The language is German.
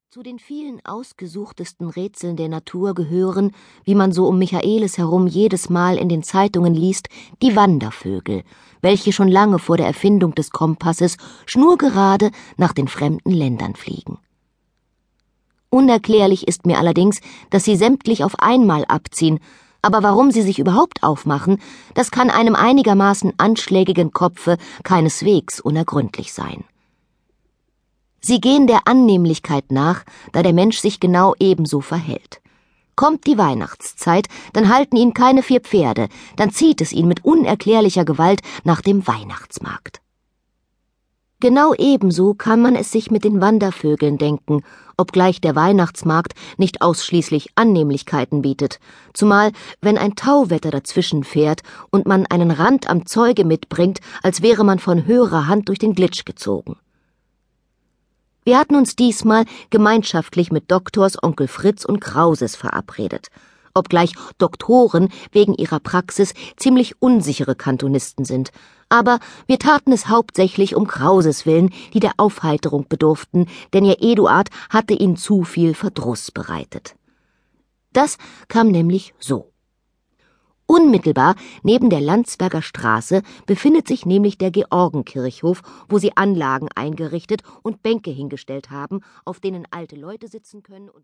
Zu den vielen ausgesuchtesten Rätseln der Natur gehören, wie man so um Michaelis herum jedes Mal in den Zeitungen liest, die Wandervögel, welche schon lange vor der Erfindung des Kompasses schnurgerade nach den fremden Ländern fliegen. Unerklärlich ist mir allerdings, dass sie sämtlich auf einmal abziehen, aber warum sie sich überhaupt aufmachen, das kann einem einigermaßen anschlägigen Kopfe keineswegs unergründlich sein. Sie gehen der Annehmlichkeit nach, da der Mensch sich genau ebenso verhält. Kommt die Weihnachtszeit, dann halten ihn keine 4 Pferde, dann zieht es ihn mit unerklärlicher Gewalt nach dem Weihnachtsmarkt. Genau ebenso kann man es sich mit den Wandervögeln denken, obgleich der Weihnachtsmarkt nicht ausschließlich Annehmlichkeiten bietet, zumal wenn ein Tauwetter dazwischen fährt und man einen Rand am Zeuge mitbringt, als wäre man von höherer Hand durch den Glitsch gezogen. Wir hatten uns diesmal gemeinschaftlich mit Doktors Onkel Fritz und Krauses verabredet, obgleich Doktoren wegen ihrer Praxis ziemlich unsichere Kantonisten sind, aber wir taten es hauptsächlich um Krauses willen, die der Aufheiterung bedurften, denn ihr Eduard hatte ihnen zu viel Verdruss bereitet. Das kam nämlich so. Unmittelbar neben der Landsberger Straße befindet sich nämlich der Georgenkirchhof, wo sie Anlagen eingerichtet und Bänke hingestellt haben, auf denen alte Leute sitzen können und